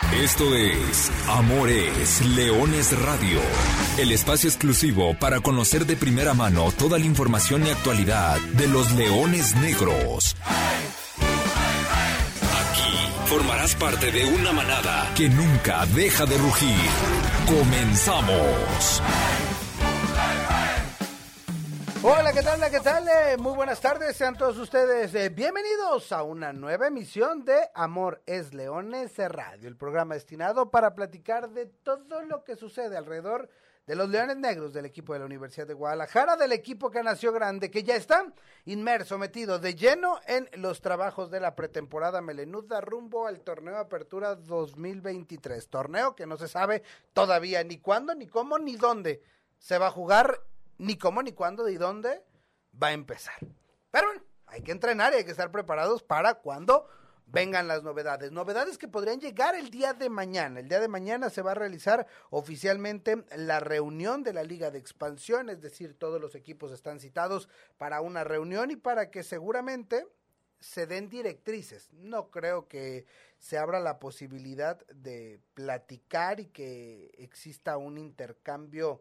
Esto es Amores Leones Radio, el espacio exclusivo para conocer de primera mano toda la información y actualidad de los Leones Negros. Aquí formarás parte de una manada que nunca deja de rugir. ¡Comenzamos! Hola, ¿qué tal? ¿Qué tal? Muy buenas tardes, sean todos ustedes bienvenidos a una nueva emisión de Amor es Leones Radio, el programa destinado para platicar de todo lo que sucede alrededor de los Leones Negros del equipo de la Universidad de Guadalajara, del equipo que nació grande, que ya está inmerso, metido de lleno en los trabajos de la pretemporada melenuda rumbo al torneo Apertura 2023, torneo que no se sabe todavía ni cuándo, ni cómo, ni dónde se va a jugar, ni cómo, ni cuándo, ni dónde va a empezar. Pero bueno, hay que entrenar y hay que estar preparados para cuando vengan las novedades. Novedades que podrían llegar el día de mañana. El día de mañana se va a realizar oficialmente la reunión de la Liga de Expansión, es decir, todos los equipos están citados para una reunión y para que seguramente se den directrices. No creo que se abra la posibilidad de platicar y que exista un intercambio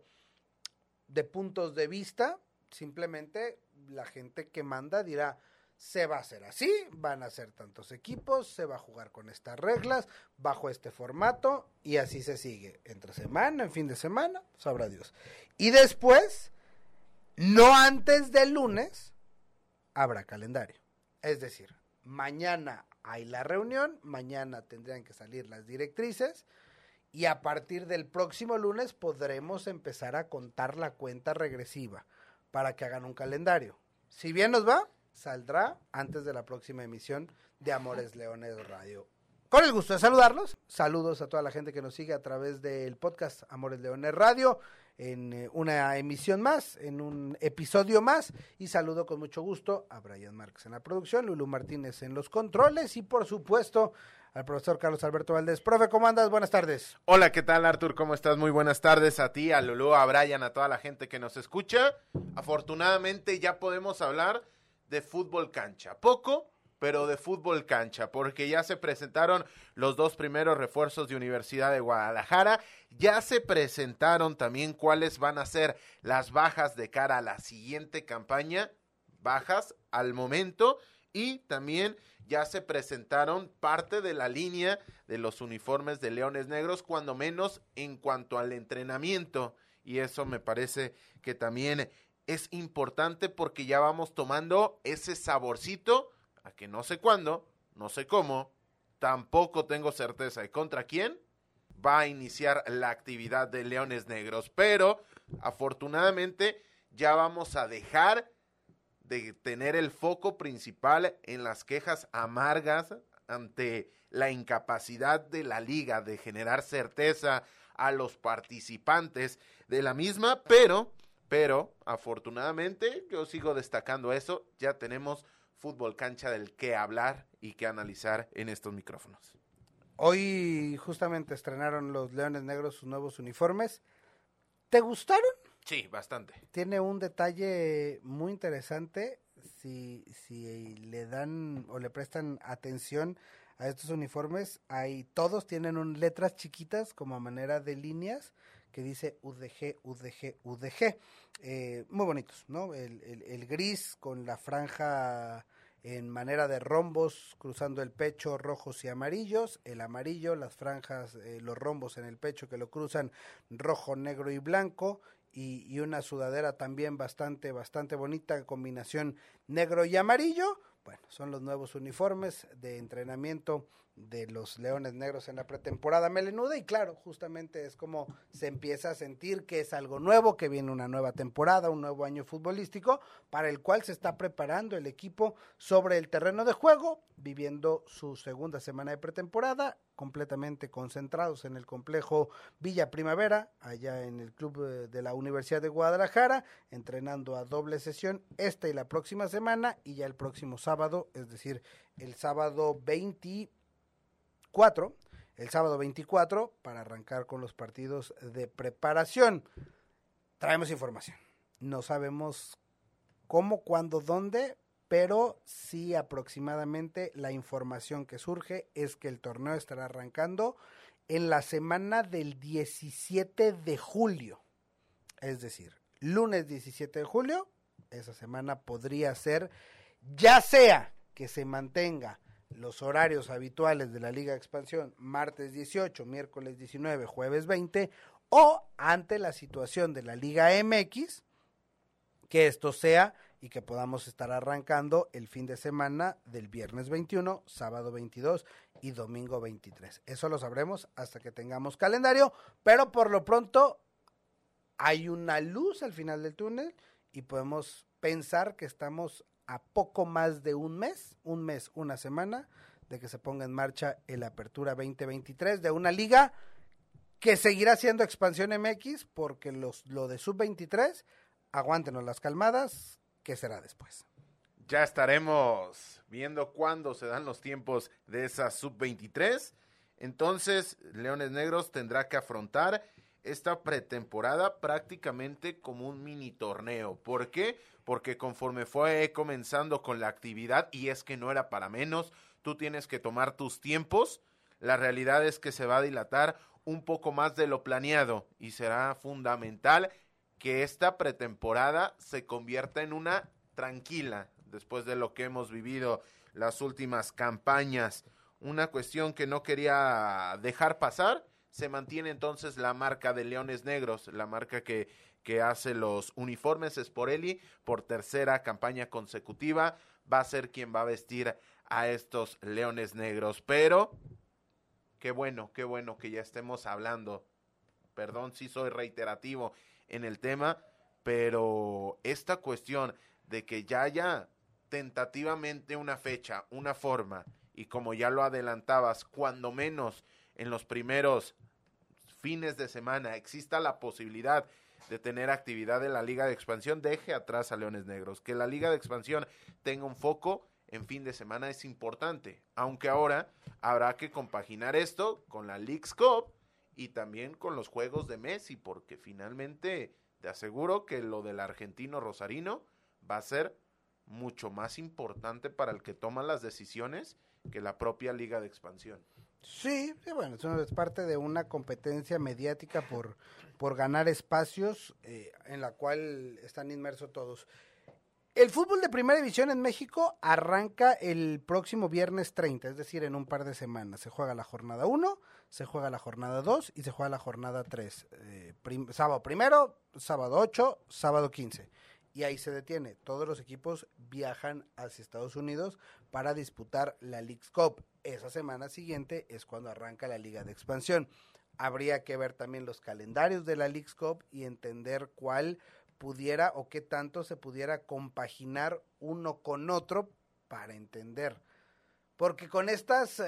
de puntos de vista. Simplemente la gente que manda dirá, se va a hacer así, van a ser tantos equipos, se va a jugar con estas reglas, bajo este formato, y así se sigue, entre semana, en fin de semana, sabrá Dios. Y después, no antes del lunes, habrá calendario. Es decir, mañana hay la reunión, mañana tendrían que salir las directrices, y a partir del próximo lunes podremos empezar a contar la cuenta regresiva para que hagan un calendario. Si bien nos va, saldrá antes de la próxima emisión de Amores Leones Radio. Con el gusto de saludarlos, saludos a toda la gente que nos sigue a través del podcast Amores Leones Radio, en una emisión más, en un episodio más, y saludo con mucho gusto a Brian Márquez en la producción, Lulú Martínez en los controles y por supuesto al profesor Carlos Alberto Valdés. Profe, ¿cómo andas? Buenas tardes. Hola, ¿qué tal, Artur? ¿Cómo estás? Muy buenas tardes a ti, a Lulú, a Brian, a toda la gente que nos escucha. Afortunadamente ya podemos hablar de fútbol cancha. Poco, pero de fútbol cancha, porque ya se presentaron los dos primeros refuerzos de Universidad de Guadalajara. Ya se presentaron también cuáles van a ser las bajas de cara a la siguiente campaña, bajas al momento, y también ya se presentaron parte de la línea de los uniformes de Leones Negros, cuando menos en cuanto al entrenamiento, y eso me parece que también es importante porque ya vamos tomando ese saborcito a que no sé cuándo, no sé cómo, tampoco tengo certeza de contra quién va a iniciar la actividad de Leones Negros, pero afortunadamente ya vamos a dejar de tener el foco principal en las quejas amargas ante la incapacidad de la liga de generar certeza a los participantes de la misma, pero afortunadamente yo sigo destacando eso, ya tenemos fútbol cancha del que hablar y que analizar en estos micrófonos. Hoy justamente estrenaron los Leones Negros sus nuevos uniformes. ¿Te gustaron? Sí, bastante. Tiene un detalle muy interesante, si le dan o le prestan atención a estos uniformes, todos tienen letras chiquitas como a manera de líneas que dice UDG, UDG, UDG. Muy bonitos, ¿no? El gris con la franja en manera de rombos cruzando el pecho, rojos y amarillos, el amarillo, las franjas, los rombos en el pecho que lo cruzan rojo, negro y blanco, y una sudadera también bastante bonita, combinación negro y amarillo. Bueno, son los nuevos uniformes de entrenamiento de los Leones Negros en la pretemporada melenuda, y claro, justamente es como se empieza a sentir que es algo nuevo, que viene una nueva temporada, un nuevo año futbolístico, para el cual se está preparando el equipo sobre el terreno de juego, viviendo su segunda semana de pretemporada, completamente concentrados en el complejo Villa Primavera, allá en el club de la Universidad de Guadalajara, entrenando a doble sesión esta y la próxima semana, y ya el próximo sábado, es decir, el sábado 24, para arrancar con los partidos de preparación. Traemos información, no sabemos cómo, cuándo, dónde, pero sí aproximadamente la información que surge es que el torneo estará arrancando en la semana del 17 de julio. Es decir, lunes 17 de julio, esa semana podría ser, ya sea que se mantenga los horarios habituales de la Liga de Expansión, martes 18, miércoles 19, jueves 20, o ante la situación de la Liga MX, que esto sea y que podamos estar arrancando el fin de semana del viernes 21, sábado 22 y domingo 23. Eso lo sabremos hasta que tengamos calendario, pero por lo pronto hay una luz al final del túnel y podemos pensar que estamos a poco más de un mes, una semana, de que se ponga en marcha el Apertura 2023 de una liga que seguirá siendo Expansión MX, porque lo de Sub-23, aguántenos las calmadas, ¿qué será después? Ya estaremos viendo cuándo se dan los tiempos de esa Sub-23. Entonces, Leones Negros tendrá que afrontar esta pretemporada prácticamente como un mini torneo. ¿Por qué? Porque conforme fue comenzando con la actividad, y es que no era para menos, tú tienes que tomar tus tiempos. La realidad es que se va a dilatar un poco más de lo planeado y será fundamental que esta pretemporada se convierta en una tranquila, después de lo que hemos vivido las últimas campañas. Una cuestión que no quería dejar pasar, se mantiene entonces la marca de Leones Negros, la marca que hace los uniformes Sporelli por tercera campaña consecutiva, va a ser quien va a vestir a estos Leones Negros, pero qué bueno que ya estemos hablando, perdón si soy reiterativo en el tema, pero esta cuestión de que ya haya tentativamente una fecha, una forma, y como ya lo adelantabas, cuando menos en los primeros fines de semana exista la posibilidad de tener actividad en la Liga de Expansión, deje atrás a Leones Negros. Que la Liga de Expansión tenga un foco en fin de semana es importante, aunque ahora habrá que compaginar esto con la Leagues Cup y también con los juegos de Messi, porque finalmente te aseguro que lo del argentino Rosarino va a ser mucho más importante para el que toma las decisiones que la propia Liga de Expansión. Sí, bueno, eso es parte de una competencia mediática por ganar espacios en la cual están inmersos todos. El fútbol de primera división en México arranca el próximo viernes 30, es decir, en un par de semanas. Se juega la jornada 1, se juega la jornada 2 y se juega la jornada 3. Sábado primero, sábado 8, sábado 15. Y ahí se detiene. Todos los equipos viajan hacia Estados Unidos para disputar la Leagues Cup. Esa semana siguiente es cuando arranca la Liga de Expansión. Habría que ver también los calendarios de la Leagues Cup y entender cuál pudiera o qué tanto se pudiera compaginar uno con otro para entender. Porque con estas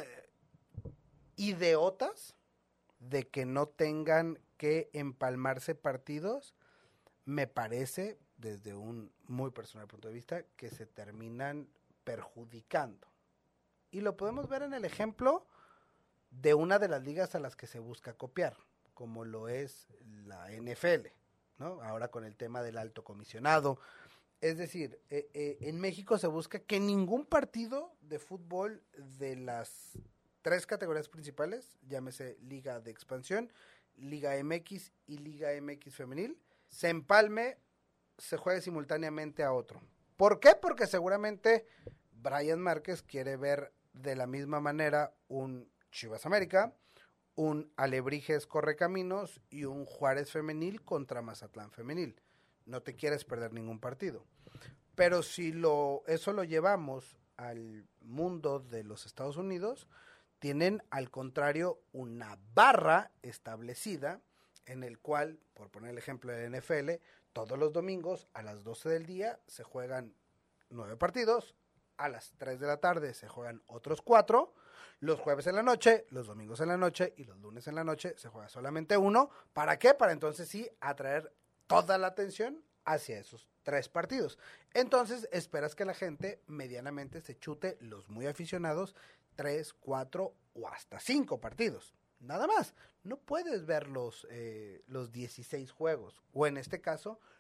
ideotas de que no tengan que empalmarse partidos, me parece, desde un muy personal punto de vista, que se terminan perjudicando. Y lo podemos ver en el ejemplo de una de las ligas a las que se busca copiar, como lo es la NFL, ¿no? Ahora con el tema del alto comisionado. Es decir, en México se busca que ningún partido de fútbol de las 3 categorías principales, llámese Liga de Expansión, Liga MX y Liga MX Femenil, se empalme, se juegue simultáneamente a otro. ¿Por qué? Porque seguramente Brian Márquez quiere ver de la misma manera un Chivas América, un Alebrijes Correcaminos y un Juárez Femenil contra Mazatlán Femenil. No te quieres perder ningún partido. Pero si eso lo llevamos al mundo de los Estados Unidos, tienen al contrario una barra establecida en el cual, por poner el ejemplo de la NFL, todos los domingos a las 12 del día se juegan 9 partidos, a las 3 de la tarde se juegan otros 4, los jueves en la noche, los domingos en la noche y los lunes en la noche se juega solamente 1. ¿Para qué? Para entonces sí atraer toda la atención hacia esos 3 partidos. Entonces esperas que la gente medianamente se chute, los muy aficionados, 3, 4 o hasta 5 partidos. Nada más. No puedes ver los 16 juegos, o en este caso,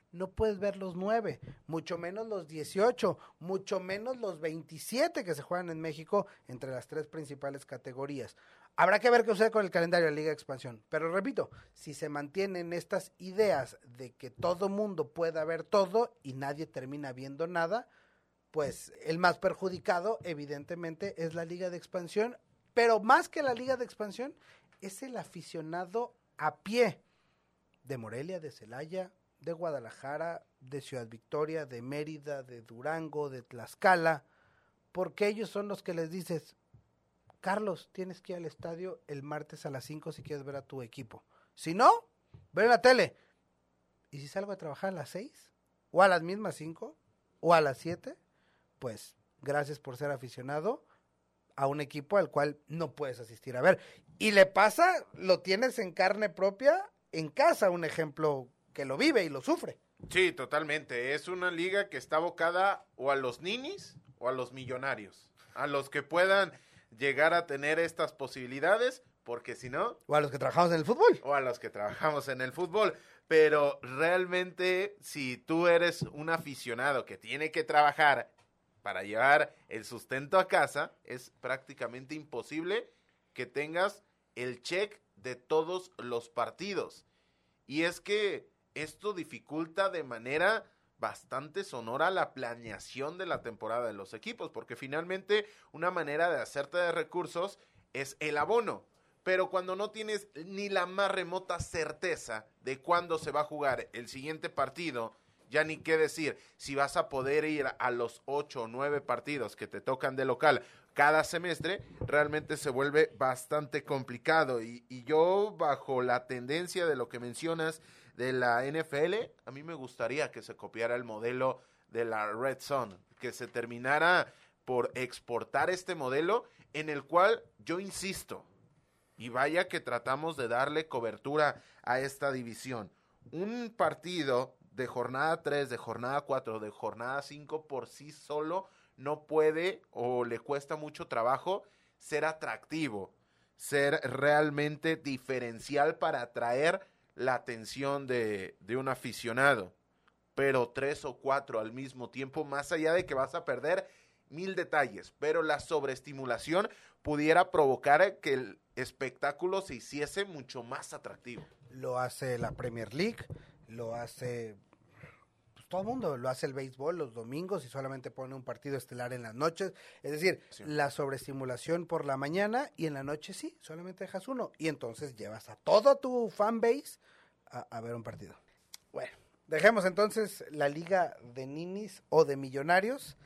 no puedes ver los 9, mucho menos los 18, mucho menos los 27 que se juegan en México entre las 3 principales categorías. Habrá que ver qué sucede con el calendario de la Liga de Expansión, pero repito, si se mantienen estas ideas de que todo mundo pueda ver todo y nadie termina viendo nada, pues el más perjudicado evidentemente es la Liga de Expansión, pero más que la Liga de Expansión es el aficionado a pie de Morelia, de Celaya, de Guadalajara, de Ciudad Victoria, de Mérida, de Durango, de Tlaxcala, porque ellos son los que les dices, Carlos, tienes que ir al estadio el martes a las 5 si quieres ver a tu equipo. Si no, ve en la tele. ¿Y si salgo a trabajar a las 6? ¿O a las mismas 5? ¿O a las 7? Pues gracias por ser aficionado a un equipo al cual no puedes asistir a ver. Y le pasa, lo tienes en carne propia, en casa, un ejemplo que lo vive y lo sufre. Sí, totalmente. Es una liga que está abocada o a los ninis o a los millonarios, a los que puedan llegar a tener estas posibilidades, porque si no... O a los que trabajamos en el fútbol. O a los que trabajamos en el fútbol. Pero realmente, si tú eres un aficionado que tiene que trabajar para llevar el sustento a casa, es prácticamente imposible que tengas el check de todos los partidos. Y es que esto dificulta de manera bastante sonora la planeación de la temporada de los equipos, porque finalmente una manera de hacerte de recursos es el abono, pero cuando no tienes ni la más remota certeza de cuándo se va a jugar el siguiente partido, ya ni qué decir, si vas a poder ir a los 8 o 9 partidos que te tocan de local cada semestre, realmente se vuelve bastante complicado. Y yo, bajo la tendencia de lo que mencionas de la NFL, a mí me gustaría que se copiara el modelo de la Red Zone, que se terminara por exportar este modelo en el cual yo insisto, y vaya que tratamos de darle cobertura a esta división. Un partido de jornada 3, de jornada 4, de jornada 5 por sí solo no puede o le cuesta mucho trabajo ser atractivo, ser realmente diferencial para atraer la atención de un aficionado. Pero 3 o 4 al mismo tiempo, más allá de que vas a perder 1000 detalles, pero la sobreestimulación pudiera provocar que el espectáculo se hiciese mucho más atractivo. Lo hace la Premier League, lo hace todo el mundo, lo hace el béisbol los domingos y solamente pone un partido estelar en las noches. Es decir, sí, la sobreestimulación por la mañana y en la noche sí, solamente dejas uno. Y entonces llevas a toda tu fanbase a ver un partido. Bueno, dejemos entonces la liga de ninis o de millonarios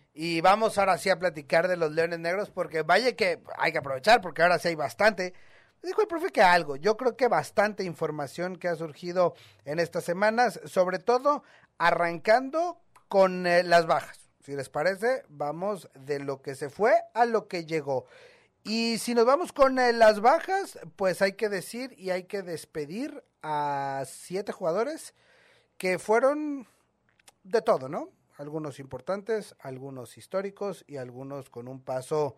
y vamos ahora sí a platicar de los Leones Negros, porque vaya que hay que aprovechar porque ahora sí hay bastante. Dijo el profe que algo, yo creo que bastante información que ha surgido en estas semanas, sobre todo arrancando con las bajas. Si les parece, vamos de lo que se fue a lo que llegó. Y si nos vamos con las bajas, pues hay que decir y hay que despedir a 7 jugadores que fueron de todo, ¿no? Algunos importantes, algunos históricos y algunos con un paso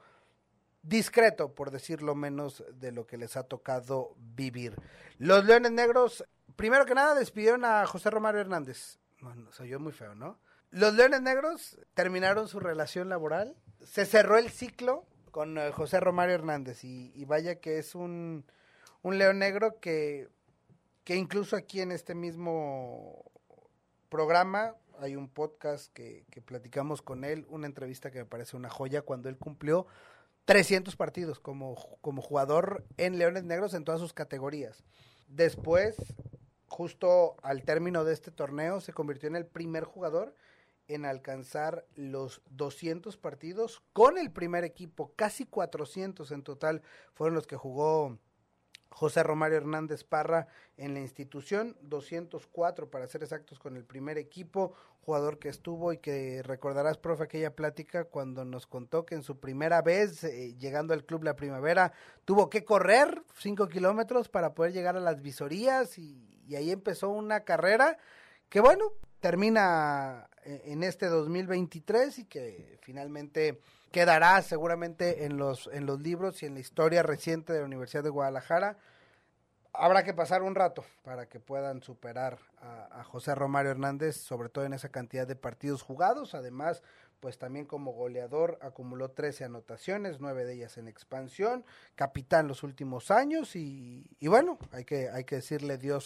discreto, por decirlo menos, de lo que les ha tocado vivir. Los Leones Negros, primero que nada, despidieron a José Romario Hernández. No, se oyó muy feo, ¿no? Los Leones Negros terminaron su relación laboral, se cerró el ciclo con José Romario Hernández y vaya que es un León Negro que incluso aquí en este mismo programa hay un podcast que platicamos con él, una entrevista que me parece una joya, cuando él cumplió 300 partidos como jugador en Leones Negros en todas sus categorías. Después, justo al término de este torneo, se convirtió en el primer jugador en alcanzar los 200 partidos con el primer equipo. Casi 400 en total fueron los que jugó José Romario Hernández Parra en la institución, 204 para ser exactos con el primer equipo, jugador que estuvo y que recordarás, profe, aquella plática cuando nos contó que en su primera vez llegando al Club La Primavera tuvo que correr 5 kilómetros para poder llegar a las visorías y ahí empezó una carrera que bueno, termina en este 2023 y que finalmente quedará seguramente en los libros y en la historia reciente de la Universidad de Guadalajara. Habrá que pasar un rato para que puedan superar a José Romario Hernández, sobre todo en esa cantidad de partidos jugados. Además, pues también como goleador acumuló 13 anotaciones, 9 de ellas en expansión, capitán los últimos años y bueno, hay que decirle Dios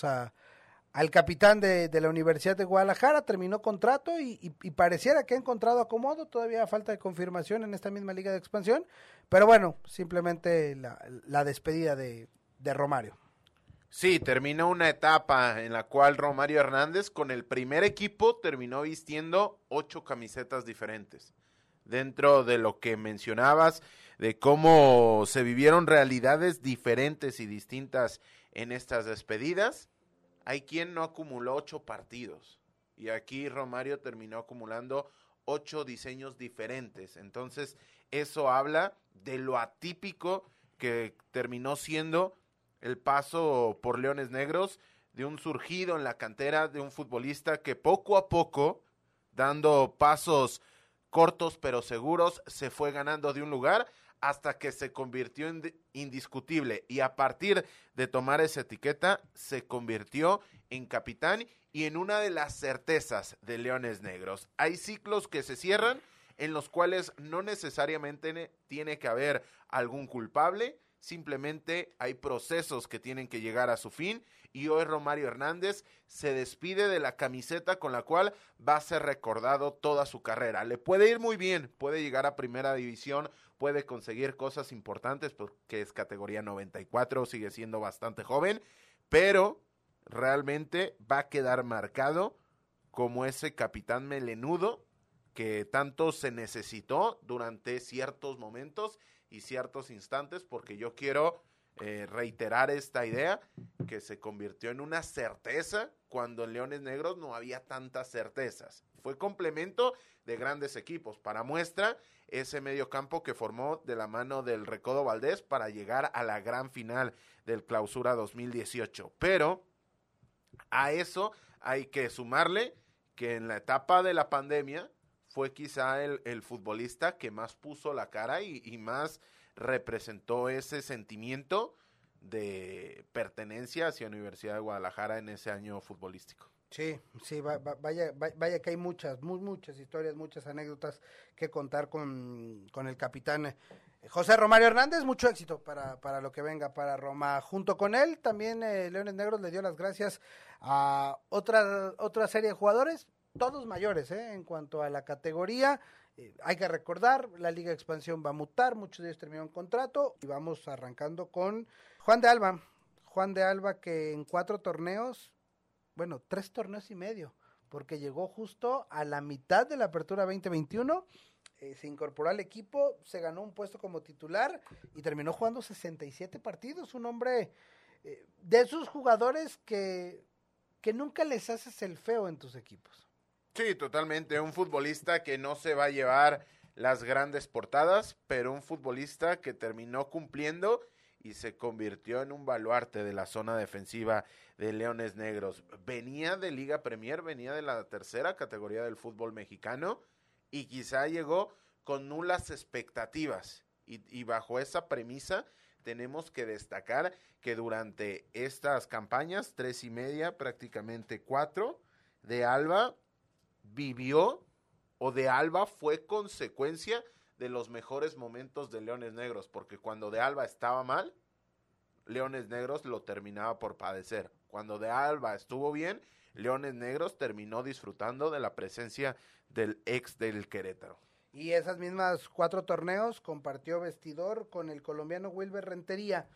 al capitán de la Universidad de Guadalajara. Terminó contrato y pareciera que ha encontrado acomodo, todavía falta de confirmación en esta misma liga de expansión, pero bueno, simplemente la despedida de Romario. Sí, terminó una etapa en la cual Romario Hernández con el primer equipo terminó vistiendo 8 camisetas diferentes. Dentro de lo que mencionabas, de cómo se vivieron realidades diferentes y distintas en estas despedidas, hay quien no acumuló 8 partidos. Y aquí Romario terminó acumulando 8 diseños diferentes. Entonces, eso habla de lo atípico que terminó siendo el paso por Leones Negros, de un surgido en la cantera, de un futbolista que poco a poco, dando pasos cortos pero seguros, se fue ganando de un lugar hasta que se convirtió en indiscutible, y a partir de tomar esa etiqueta, se convirtió en capitán y en una de las certezas de Leones Negros. Hay ciclos que se cierran en los cuales no necesariamente tiene que haber algún culpable, simplemente hay procesos que tienen que llegar a su fin, y hoy Romario Hernández se despide de la camiseta con la cual va a ser recordado toda su carrera. Le puede ir muy bien, puede llegar a primera división, puede conseguir cosas importantes porque es categoría 94, sigue siendo bastante joven, pero realmente va a quedar marcado como ese capitán melenudo que tanto se necesitó durante ciertos momentos y ciertos instantes, porque yo quiero reiterar esta idea, que se convirtió en una certeza cuando en Leones Negros no había tantas certezas. Fue complemento de grandes equipos. Para muestra, ese medio campo que formó de la mano del Recodo Valdés para llegar a la gran final del Clausura 2018. Pero a eso hay que sumarle que en la etapa de la pandemia fue quizá el futbolista que más puso la cara y más representó ese sentimiento de pertenencia hacia la Universidad de Guadalajara en ese año futbolístico. Sí, vaya que hay muchas historias, muchas anécdotas que contar con el capitán José Romario Hernández. Mucho éxito para lo que venga para Roma. Junto con él, también Leones Negros le dio las gracias a otra serie de jugadores, todos mayores, en cuanto a la categoría. Hay que recordar, la Liga de Expansión va a mutar, muchos de ellos terminaron contrato, y vamos arrancando con Juan de Alba, que en 4 torneos, 3 torneos y medio, porque llegó justo a la mitad de la apertura 2021, se incorporó al equipo, se ganó un puesto como titular y terminó jugando 67 partidos, un hombre de esos jugadores que nunca les haces el feo en tus equipos. Sí, totalmente, un futbolista que no se va a llevar las grandes portadas, pero un futbolista que terminó cumpliendo y se convirtió en un baluarte de la zona defensiva de Leones Negros. Venía de Liga Premier, venía de la tercera categoría del fútbol mexicano y quizá llegó con nulas expectativas, y bajo esa premisa tenemos que destacar que durante estas campañas, 3 y media, prácticamente 4, de Alba vivió, o de Alba fue consecuencia de los mejores momentos de Leones Negros, porque cuando de Alba estaba mal, Leones Negros lo terminaba por padecer. Cuando de Alba estuvo bien, Leones Negros terminó disfrutando de la presencia del ex del Querétaro. Y esas mismas 4 torneos compartió vestidor con el colombiano Wilber Rentería.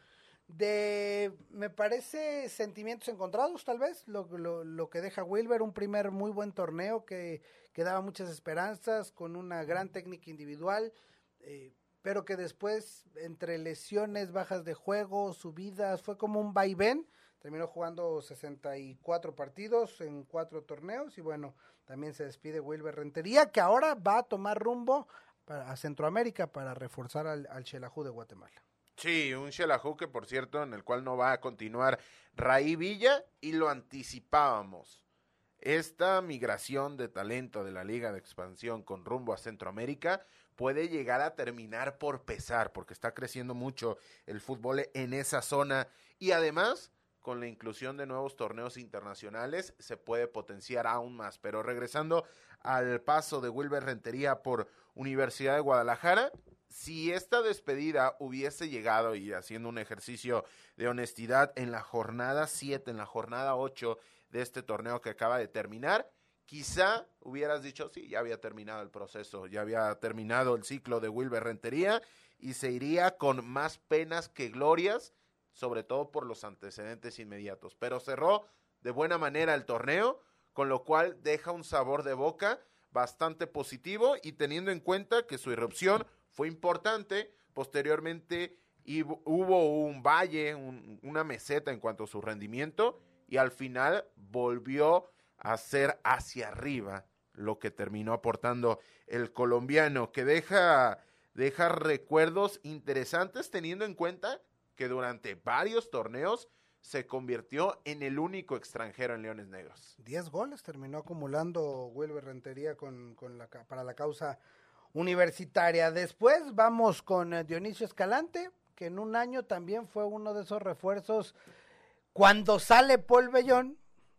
Me parece, sentimientos encontrados tal vez, lo que deja Wilber, un primer muy buen torneo que daba muchas esperanzas, con una gran técnica individual, pero que después, entre lesiones, bajas de juego, subidas, fue como un vaivén. Terminó jugando 64 partidos en 4 torneos y bueno, también se despide Wilber Rentería, que ahora va a tomar rumbo a Centroamérica para reforzar al Xelajú de Guatemala. Sí, un Xelajú que, por cierto, en el cual no va a continuar Raí Villa, y lo anticipábamos. Esta migración de talento de la Liga de Expansión con rumbo a Centroamérica puede llegar a terminar por pesar, porque está creciendo mucho el fútbol en esa zona, y además con la inclusión de nuevos torneos internacionales se puede potenciar aún más. Pero regresando al paso de Wilber Rentería por Universidad de Guadalajara, si esta despedida hubiese llegado, y haciendo un ejercicio de honestidad, en la jornada 7, en la jornada 8 de este torneo que acaba de terminar, quizá hubieras dicho, sí, ya había terminado el proceso, ya había terminado el ciclo de Wilber Rentería y se iría con más penas que glorias, sobre todo por los antecedentes inmediatos. Pero cerró de buena manera el torneo, con lo cual deja un sabor de boca bastante positivo, y teniendo en cuenta que su irrupción fue importante, posteriormente hubo un valle, una meseta en cuanto a su rendimiento, y al final volvió a ser hacia arriba lo que terminó aportando el colombiano, que deja recuerdos interesantes, teniendo en cuenta que durante varios torneos se convirtió en el único extranjero en Leones Negros. 10 goles terminó acumulando Wilber Rentería para la causa universitaria. Después vamos con Dionisio Escalante, que en un año también fue uno de esos refuerzos. Cuando sale Paul Bellón,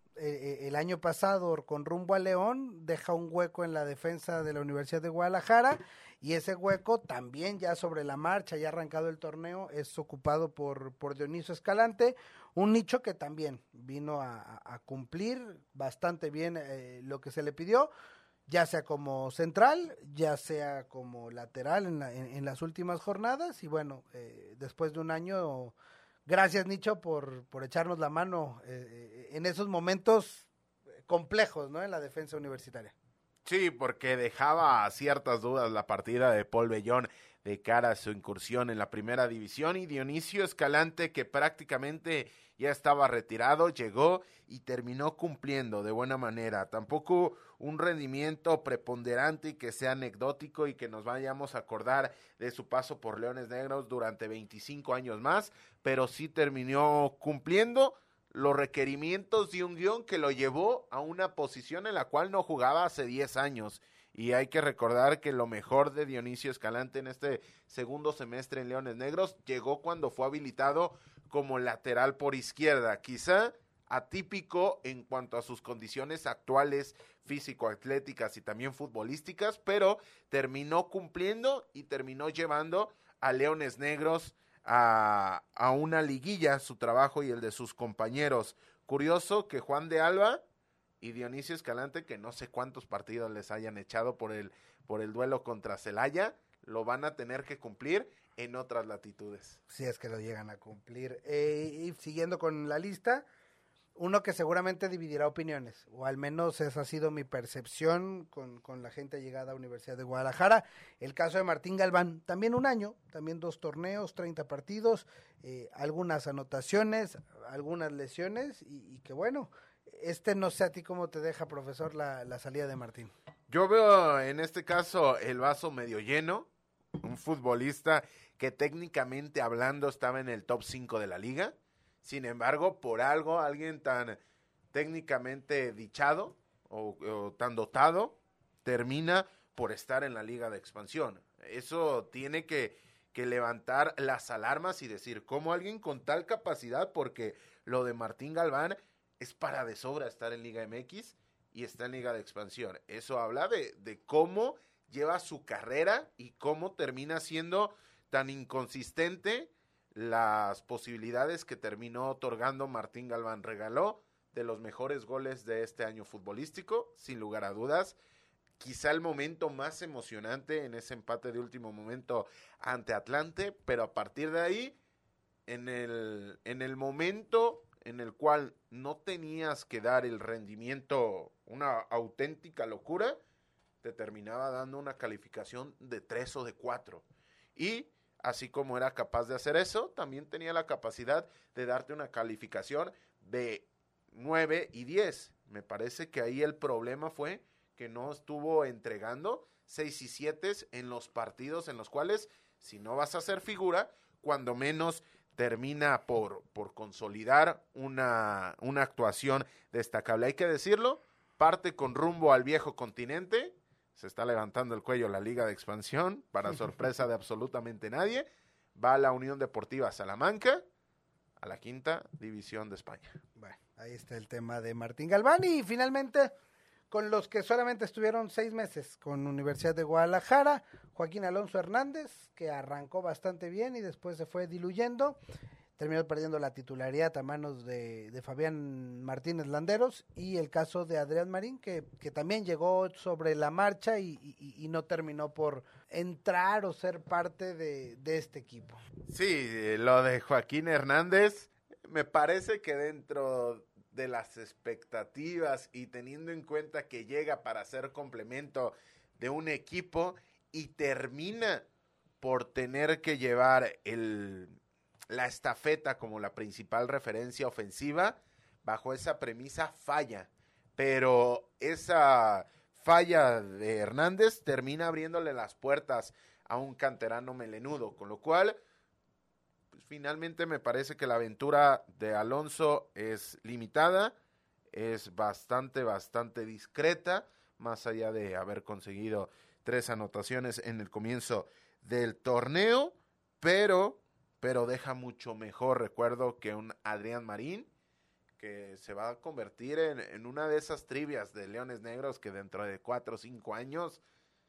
el año pasado con rumbo a León, deja un hueco en la defensa de la Universidad de Guadalajara, y ese hueco también ya sobre la marcha, ya arrancado el torneo, es ocupado por Dionisio Escalante, un nicho que también vino a cumplir bastante bien lo que se le pidió, ya sea como central, ya sea como lateral en las últimas jornadas, y bueno, después de un año, gracias Nicho por echarnos la mano en esos momentos complejos, ¿no?, en la defensa universitaria. Sí, porque dejaba ciertas dudas la partida de Paul Bellón de cara a su incursión en la primera división, y Dionisio Escalante, que prácticamente ya estaba retirado, llegó y terminó cumpliendo de buena manera. Tampoco un rendimiento preponderante y que sea anecdótico y que nos vayamos a acordar de su paso por Leones Negros durante 25 años más, pero sí terminó cumpliendo los requerimientos de un guión que lo llevó a una posición en la cual no jugaba hace 10 años. Y hay que recordar que lo mejor de Dionisio Escalante en este segundo semestre en Leones Negros llegó cuando fue habilitado como lateral por izquierda, quizá atípico en cuanto a sus condiciones actuales físico-atléticas y también futbolísticas, pero terminó cumpliendo y terminó llevando a Leones Negros a una liguilla, su trabajo y el de sus compañeros. Curioso que Juan de Alba y Dionisio Escalante, que no sé cuántos partidos les hayan echado por el duelo contra Celaya, lo van a tener que cumplir en otras latitudes. Si es que lo llegan a cumplir. Y siguiendo con la lista, uno que seguramente dividirá opiniones, o al menos esa ha sido mi percepción con la gente llegada a Universidad de Guadalajara. El caso de Martín Galván, también un año, también 2 torneos, 30 partidos, algunas anotaciones, algunas lesiones, y que bueno, no sé a ti cómo te deja, profesor, la salida de Martín. Yo veo en este caso el vaso medio lleno, un futbolista que técnicamente hablando estaba en el top 5 de la liga. Sin embargo, por algo, alguien tan técnicamente dichado o tan dotado termina por estar en la liga de expansión. Eso tiene que levantar las alarmas y decir, ¿cómo alguien con tal capacidad? Porque lo de Martín Galván es para de sobra estar en Liga MX y está en Liga de Expansión. Eso habla de cómo lleva su carrera y cómo termina siendo tan inconsistente las posibilidades que terminó otorgando Martín Galván. Regaló de los mejores goles de este año futbolístico, sin lugar a dudas. Quizá el momento más emocionante en ese empate de último momento ante Atlante, pero a partir de ahí, en el momento en el cual no tenías que dar el rendimiento, una auténtica locura, te terminaba dando una calificación de 3 o de 4. Y así como era capaz de hacer eso, también tenía la capacidad de darte una calificación de 9 y 10. Me parece que ahí el problema fue que no estuvo entregando 6 y 7 en los partidos en los cuales, si no vas a hacer figura, cuando menos termina por consolidar una actuación destacable. Hay que decirlo, parte con rumbo al viejo continente. Se está levantando el cuello la Liga de Expansión, para sorpresa de absolutamente nadie. Va a la Unión Deportiva Salamanca a la quinta división de España. Bueno, ahí está el tema de Martín Galván. Y finalmente, con los que solamente estuvieron 6 meses con Universidad de Guadalajara, Joaquín Alonso Hernández, que arrancó bastante bien y después se fue diluyendo. Terminó perdiendo la titularidad a manos de Fabián Martínez Landeros, y el caso de Adrián Marín, que también llegó sobre la marcha y no terminó por entrar o ser parte de este equipo. Sí, lo de Joaquín Hernández, me parece que dentro de las expectativas y teniendo en cuenta que llega para ser complemento de un equipo y termina por tener que llevar la estafeta como la principal referencia ofensiva, bajo esa premisa falla, pero esa falla de Hernández termina abriéndole las puertas a un canterano melenudo, con lo cual pues, finalmente me parece que la aventura de Alonso es limitada, es bastante discreta, más allá de haber conseguido 3 anotaciones en el comienzo del torneo, pero deja mucho mejor recuerdo que un Adrián Marín, que se va a convertir en una de esas trivias de Leones Negros que dentro de 4 o 5 años,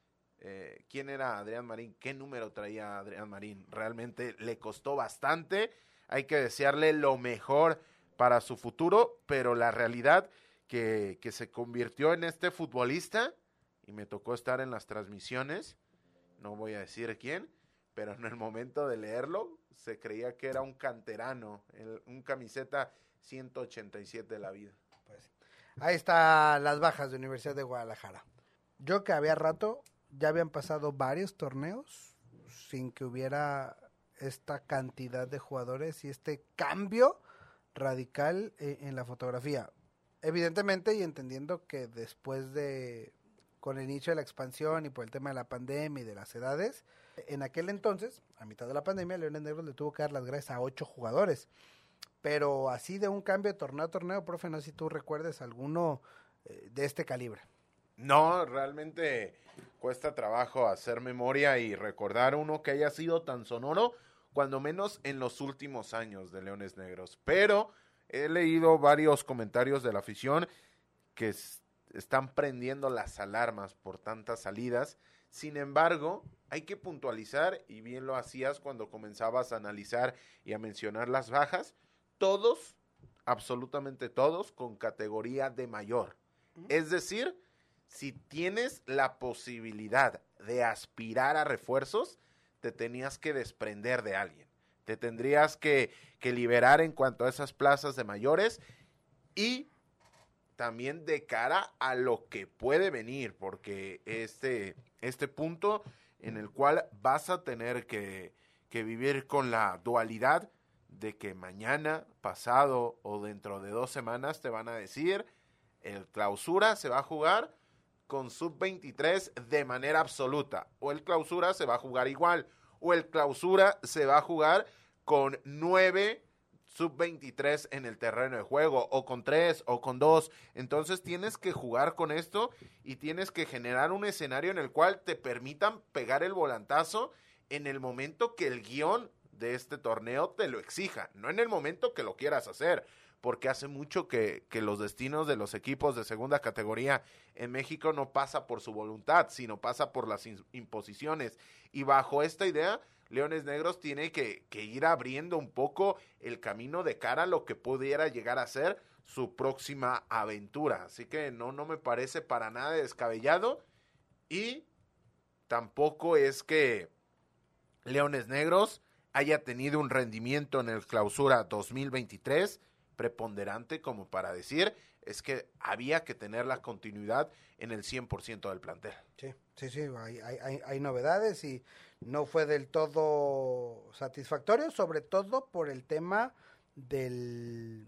¿quién era Adrián Marín? ¿Qué número traía Adrián Marín? Realmente le costó bastante, hay que desearle lo mejor para su futuro, pero la realidad que se convirtió en este futbolista, y me tocó estar en las transmisiones, no voy a decir quién, pero en el momento de leerlo se creía que era un canterano, un camiseta 187 de la vida. Pues ahí están las bajas de Universidad de Guadalajara. Yo que había rato, ya habían pasado varios torneos sin que hubiera esta cantidad de jugadores y este cambio radical en la fotografía. Evidentemente, y entendiendo que después con el inicio de la expansión y por el tema de la pandemia y de las edades, en aquel entonces, a mitad de la pandemia, Leones Negros le tuvo que dar las gracias a 8 jugadores. Pero así de un cambio de torneo a torneo, profe, no sé si tú recuerdes alguno de este calibre. No, realmente cuesta trabajo hacer memoria y recordar uno que haya sido tan sonoro, cuando menos en los últimos años de Leones Negros. Pero he leído varios comentarios de la afición que están prendiendo las alarmas por tantas salidas. Sin embargo, hay que puntualizar, y bien lo hacías cuando comenzabas a analizar y a mencionar las bajas, todos, absolutamente todos, con categoría de mayor. Es decir, si tienes la posibilidad de aspirar a refuerzos, te tenías que desprender de alguien. Te tendrías que liberar en cuanto a esas plazas de mayores y también de cara a lo que puede venir, porque este punto en el cual vas a tener que vivir con la dualidad de que mañana, pasado o dentro de 2 semanas te van a decir el clausura se va a jugar con sub-23 de manera absoluta, o el clausura se va a jugar igual, o el clausura se va a jugar con 9 sub-23 en el terreno de juego, o con 3, o con 2, entonces tienes que jugar con esto y tienes que generar un escenario en el cual te permitan pegar el volantazo en el momento que el guión de este torneo te lo exija, no en el momento que lo quieras hacer, porque hace mucho que los destinos de los equipos de segunda categoría en México no pasa por su voluntad, sino pasa por las imposiciones, y bajo esta idea, Leones Negros tiene que ir abriendo un poco el camino de cara a lo que pudiera llegar a ser su próxima aventura. Así que no me parece para nada descabellado, y tampoco es que Leones Negros haya tenido un rendimiento en el clausura 2023 preponderante como para decir es que había que tener la continuidad en el 100% del plantel. Sí, hay novedades y no fue del todo satisfactorio, sobre todo por el tema de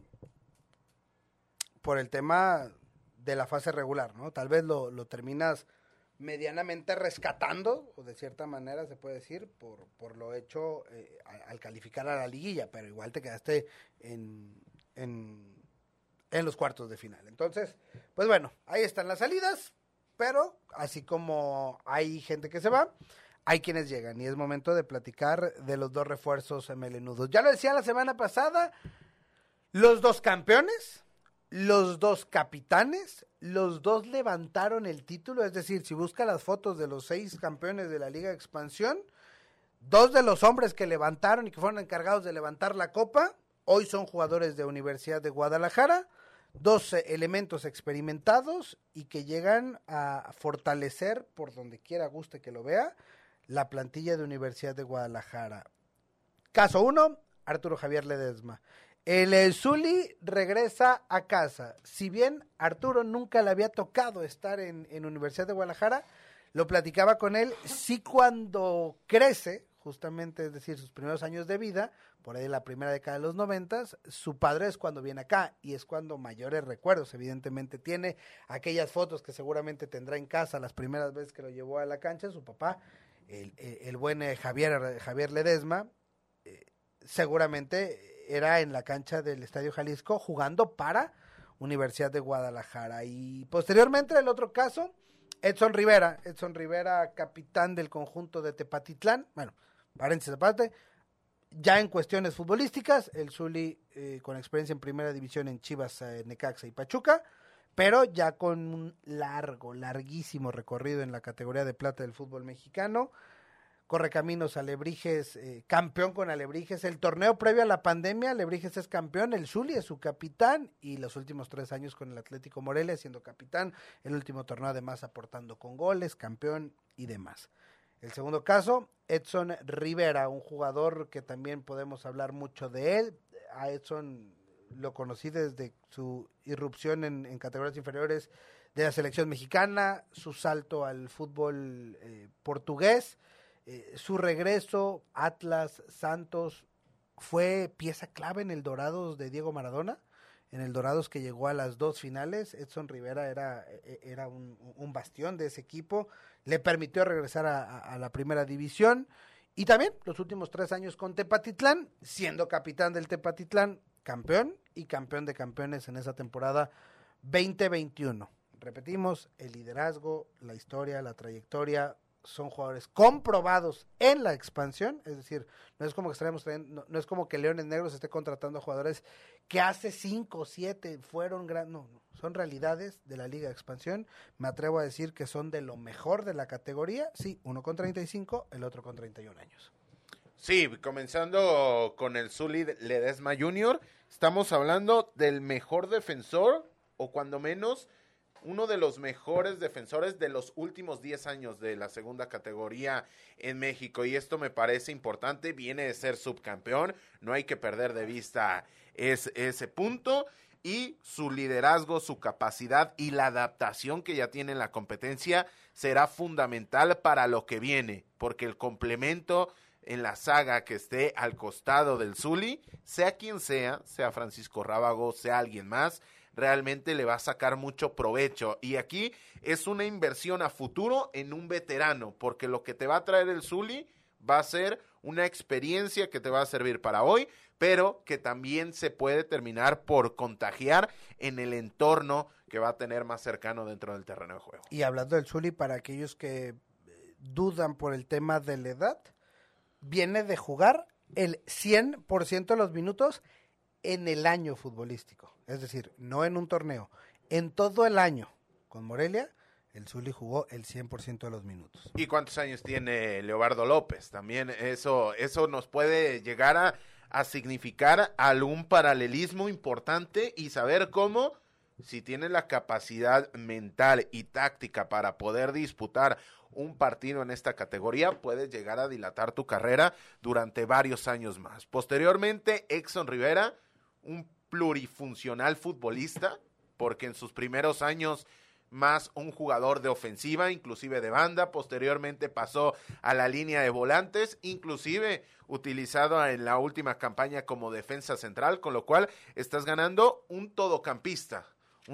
la fase regular, ¿no? Tal vez lo terminas medianamente rescatando, o de cierta manera se puede decir, por lo hecho al calificar a la liguilla, pero igual te quedaste en los cuartos de final. Entonces, pues bueno, ahí están las salidas, pero así como hay gente que se va, hay quienes llegan y es momento de platicar de los dos refuerzos melenudos. Ya lo decía la semana pasada, los dos campeones, los dos capitanes, los dos levantaron el título, es decir, si busca las fotos de los 6 campeones de la Liga de Expansión, 2 de los hombres que levantaron y que fueron encargados de levantar la copa, hoy son jugadores de Universidad de Guadalajara, 2 elementos experimentados y que llegan a fortalecer, por donde quiera guste que lo vea, la plantilla de Universidad de Guadalajara. Caso 1, Arturo Javier Ledesma. El Zuli regresa a casa. Si bien Arturo nunca le había tocado estar en Universidad de Guadalajara, lo platicaba con él, sí cuando crece, justamente, es decir, sus primeros años de vida, por ahí la primera década de los 90, su padre es cuando viene acá y es cuando mayores recuerdos, evidentemente, tiene aquellas fotos que seguramente tendrá en casa las primeras veces que lo llevó a la cancha, su papá, el buen Javier Ledesma, seguramente era en la cancha del Estadio Jalisco jugando para Universidad de Guadalajara. Y posteriormente el otro caso, Edson Rivera, capitán del conjunto de Tepatitlán, bueno, paréntesis aparte, ya en cuestiones futbolísticas, el Zuli con experiencia en primera división en Chivas, Necaxa y Pachuca, pero ya con un larguísimo recorrido en la categoría de plata del fútbol mexicano, Correcaminos Alebrijes, campeón con Alebrijes, el torneo previo a la pandemia, Alebrijes es campeón, el Zuli es su capitán y los últimos 3 años con el Atlético Morelia siendo capitán, el último torneo además aportando con goles, campeón y demás. El segundo caso, Edson Rivera, un jugador que también podemos hablar mucho de él. A Edson lo conocí desde su irrupción en categorías inferiores de la selección mexicana, su salto al fútbol portugués, su regreso, Atlas, Santos, fue pieza clave en el Dorados de Diego Maradona, en el Dorados que llegó a las 2 finales. Edson Rivera era un bastión de ese equipo, le permitió regresar a la primera división y también los últimos 3 años con Tepatitlán, siendo capitán del Tepatitlán, campeón y campeón de campeones en esa temporada 2021. Repetimos, el liderazgo, la historia, la trayectoria, son jugadores comprobados en la expansión, es decir, no es como que estaremos trayendo, no es como que Leones Negros esté contratando jugadores que hace 5 o 7 fueron no, son realidades de la Liga de Expansión. Me atrevo a decir que son de lo mejor de la categoría, sí, uno con 35, el otro con 31 años. Sí, comenzando con el Zuli Ledesma Jr., estamos hablando del mejor defensor, o cuando menos uno de los mejores defensores de los últimos 10 años de la segunda categoría en México, y esto me parece importante, viene de ser subcampeón, no hay que perder de vista ese punto, y su liderazgo, su capacidad y la adaptación que ya tiene en la competencia será fundamental para lo que viene, porque el complemento en la saga que esté al costado del Zuli, sea quien sea Francisco Rábago, sea alguien más, realmente le va a sacar mucho provecho. Y aquí es una inversión a futuro en un veterano, porque lo que te va a traer el Zuli va a ser una experiencia que te va a servir para hoy, pero que también se puede terminar por contagiar en el entorno que va a tener más cercano dentro del terreno de juego. Y hablando del Zuli, para aquellos que dudan por el tema de la edad, viene de jugar el 100% de los minutos en el año futbolístico, es decir, no en un torneo, en todo el año. Con Morelia, el Zuli jugó el 100% de los minutos. ¿Y cuántos años tiene Leobardo López? También eso nos puede llegar a significar algún paralelismo importante y saber cómo, si tienes la capacidad mental y táctica para poder disputar un partido en esta categoría, puedes llegar a dilatar tu carrera durante varios años más. Posteriormente, Edson Rivera, un plurifuncional futbolista, porque en sus primeros años más un jugador de ofensiva, inclusive de banda, posteriormente pasó a la línea de volantes, inclusive utilizado en la última campaña como defensa central, con lo cual estás ganando un todocampista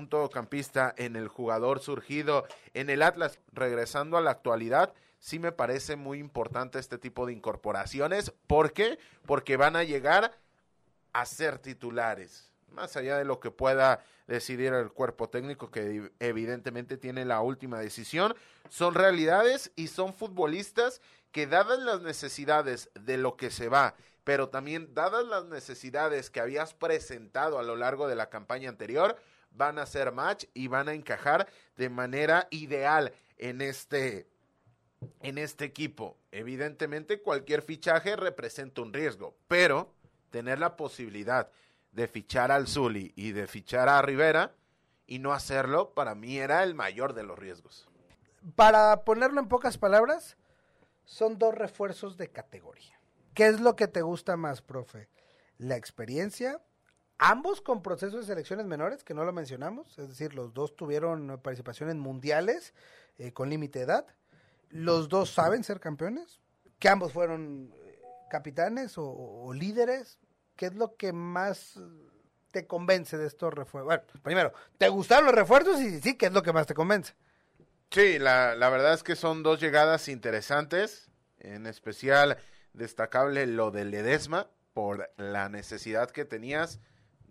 en el jugador surgido en el Atlas. Regresando a la actualidad, sí me parece muy importante este tipo de incorporaciones. ¿Por qué? Porque van a llegar a ser titulares, más allá de lo que pueda decidir el cuerpo técnico, que evidentemente tiene la última decisión. Son realidades y son futbolistas que dadas las necesidades de lo que se va, pero también dadas las necesidades que habías presentado a lo largo de la campaña anterior, van a hacer match y van a encajar de manera ideal en este equipo. Evidentemente cualquier fichaje representa un riesgo, pero tener la posibilidad de fichar al Zuli y de fichar a Rivera y no hacerlo, para mí era el mayor de los riesgos. Para ponerlo en pocas palabras, son 2 refuerzos de categoría. ¿Qué es lo que te gusta más, profe? La experiencia, ambos con procesos de selecciones menores, que no lo mencionamos, es decir, los 2 tuvieron participación en mundiales con límite de edad, los 2 saben ser campeones, que ambos fueron capitanes o líderes. ¿Qué es lo que más te convence de estos refuerzos? Bueno, primero, ¿te gustaron los refuerzos? Y sí, ¿qué es lo que más te convence? Sí, la verdad es que son 2 llegadas interesantes, en especial destacable lo de Ledesma, por la necesidad que tenías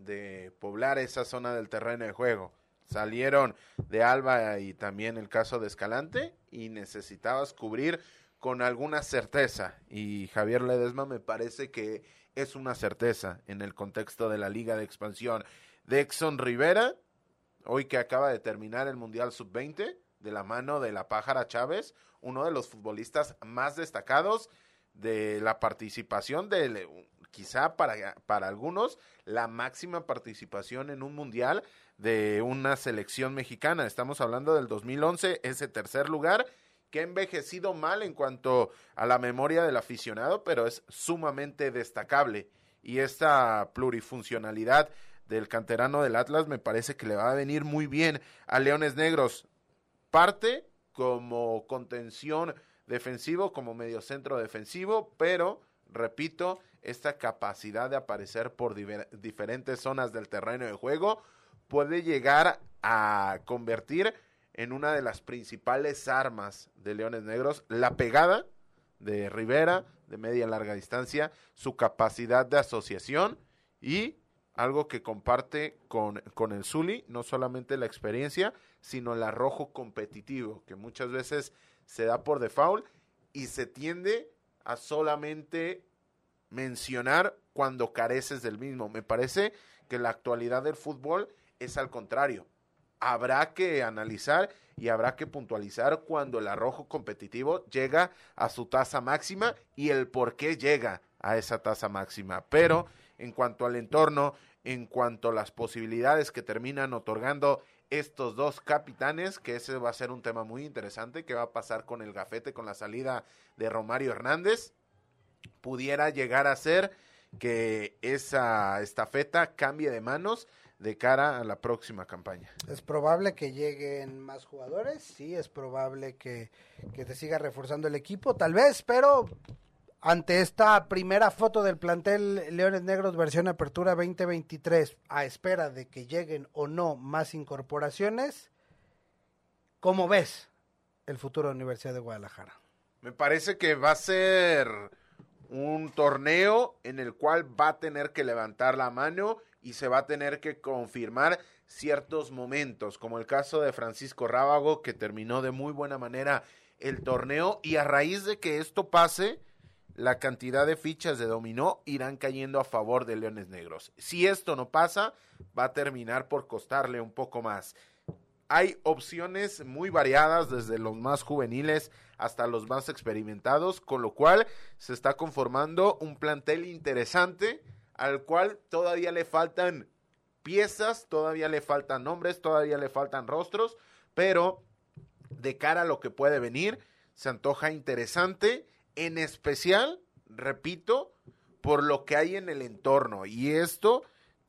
de poblar esa zona del terreno de juego. Salieron de Alba y también el caso de Escalante y necesitabas cubrir con alguna certeza, y Javier Ledesma me parece que es una certeza en el contexto de la Liga de Expansión. Dexon Rivera, hoy que acaba de terminar el Mundial Sub-20, de la mano de la Pájara Chávez, uno de los futbolistas más destacados de la participación, quizá para algunos, la máxima participación en un mundial de una selección mexicana. Estamos hablando del 2011, ese tercer lugar, que ha envejecido mal en cuanto a la memoria del aficionado, pero es sumamente destacable. Y esta plurifuncionalidad del canterano del Atlas me parece que le va a venir muy bien a Leones Negros. Parte como contención defensivo, como mediocentro defensivo, pero, repito, esta capacidad de aparecer por diferentes zonas del terreno de juego puede llegar a convertir en una de las principales armas de Leones Negros, la pegada de Rivera, de media y larga distancia, su capacidad de asociación y algo que comparte con el Zuli, no solamente la experiencia, sino el arrojo competitivo, que muchas veces se da por default y se tiende a solamente mencionar cuando careces del mismo. Me parece que la actualidad del fútbol es al contrario. Habrá que analizar y habrá que puntualizar cuando el arrojo competitivo llega a su tasa máxima y el por qué llega a esa tasa máxima. Pero en cuanto al entorno, en cuanto a las posibilidades que terminan otorgando estos 2 capitanes, que ese va a ser un tema muy interesante, que va a pasar con el gafete, con la salida de Romario Hernández, pudiera llegar a ser que esa estafeta cambie de manos de cara a la próxima campaña. Es probable que lleguen más jugadores, sí, es probable que te siga reforzando el equipo, tal vez, pero ante esta primera foto del plantel Leones Negros versión Apertura 2023, a espera de que lleguen o no más incorporaciones, ¿cómo ves el futuro de la Universidad de Guadalajara? Me parece que va a ser un torneo en el cual va a tener que levantar la mano y se va a tener que confirmar ciertos momentos, como el caso de Francisco Rábago, que terminó de muy buena manera el torneo, y a raíz de que esto pase, la cantidad de fichas de dominó irán cayendo a favor de Leones Negros. Si esto no pasa, va a terminar por costarle un poco más. Hay opciones muy variadas, desde los más juveniles hasta los más experimentados, con lo cual se está conformando un plantel interesante, al cual todavía le faltan piezas, todavía le faltan nombres, todavía le faltan rostros, pero de cara a lo que puede venir, se antoja interesante, en especial, repito, por lo que hay en el entorno, y esto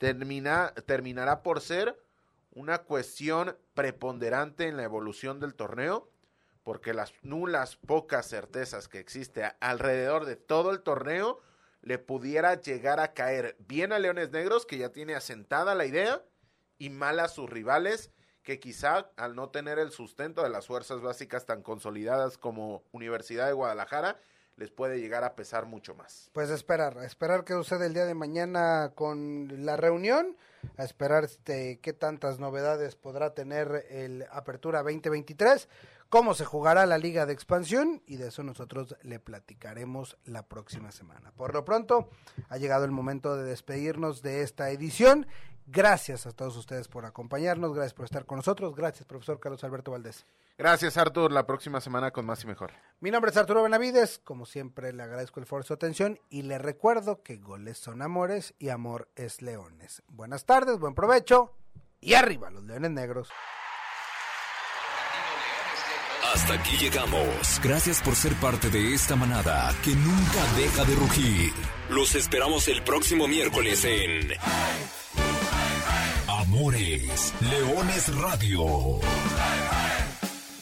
terminará por ser una cuestión preponderante en la evolución del torneo, porque las nulas pocas certezas que existe alrededor de todo el torneo le pudiera llegar a caer bien a Leones Negros, que ya tiene asentada la idea, y mal a sus rivales, que quizá al no tener el sustento de las fuerzas básicas tan consolidadas como Universidad de Guadalajara, les puede llegar a pesar mucho más. Pues esperar que suceda el día de mañana con la reunión, a esperar qué tantas novedades podrá tener el Apertura 2023. cómo se jugará la Liga de Expansión, y de eso nosotros le platicaremos la próxima semana. Por lo pronto, ha llegado el momento de despedirnos de esta edición. Gracias a todos ustedes por acompañarnos, gracias por estar con nosotros, gracias profesor Carlos Alberto Valdés. Gracias, Artur, la próxima semana con más y mejor. Mi nombre es Arturo Benavides, como siempre le agradezco el favor de su atención y le recuerdo que goles son amores y amor es leones. Buenas tardes, buen provecho y arriba los leones negros. Hasta aquí llegamos. Gracias por ser parte de esta manada que nunca deja de rugir. Los esperamos el próximo miércoles en Amores Leones Radio.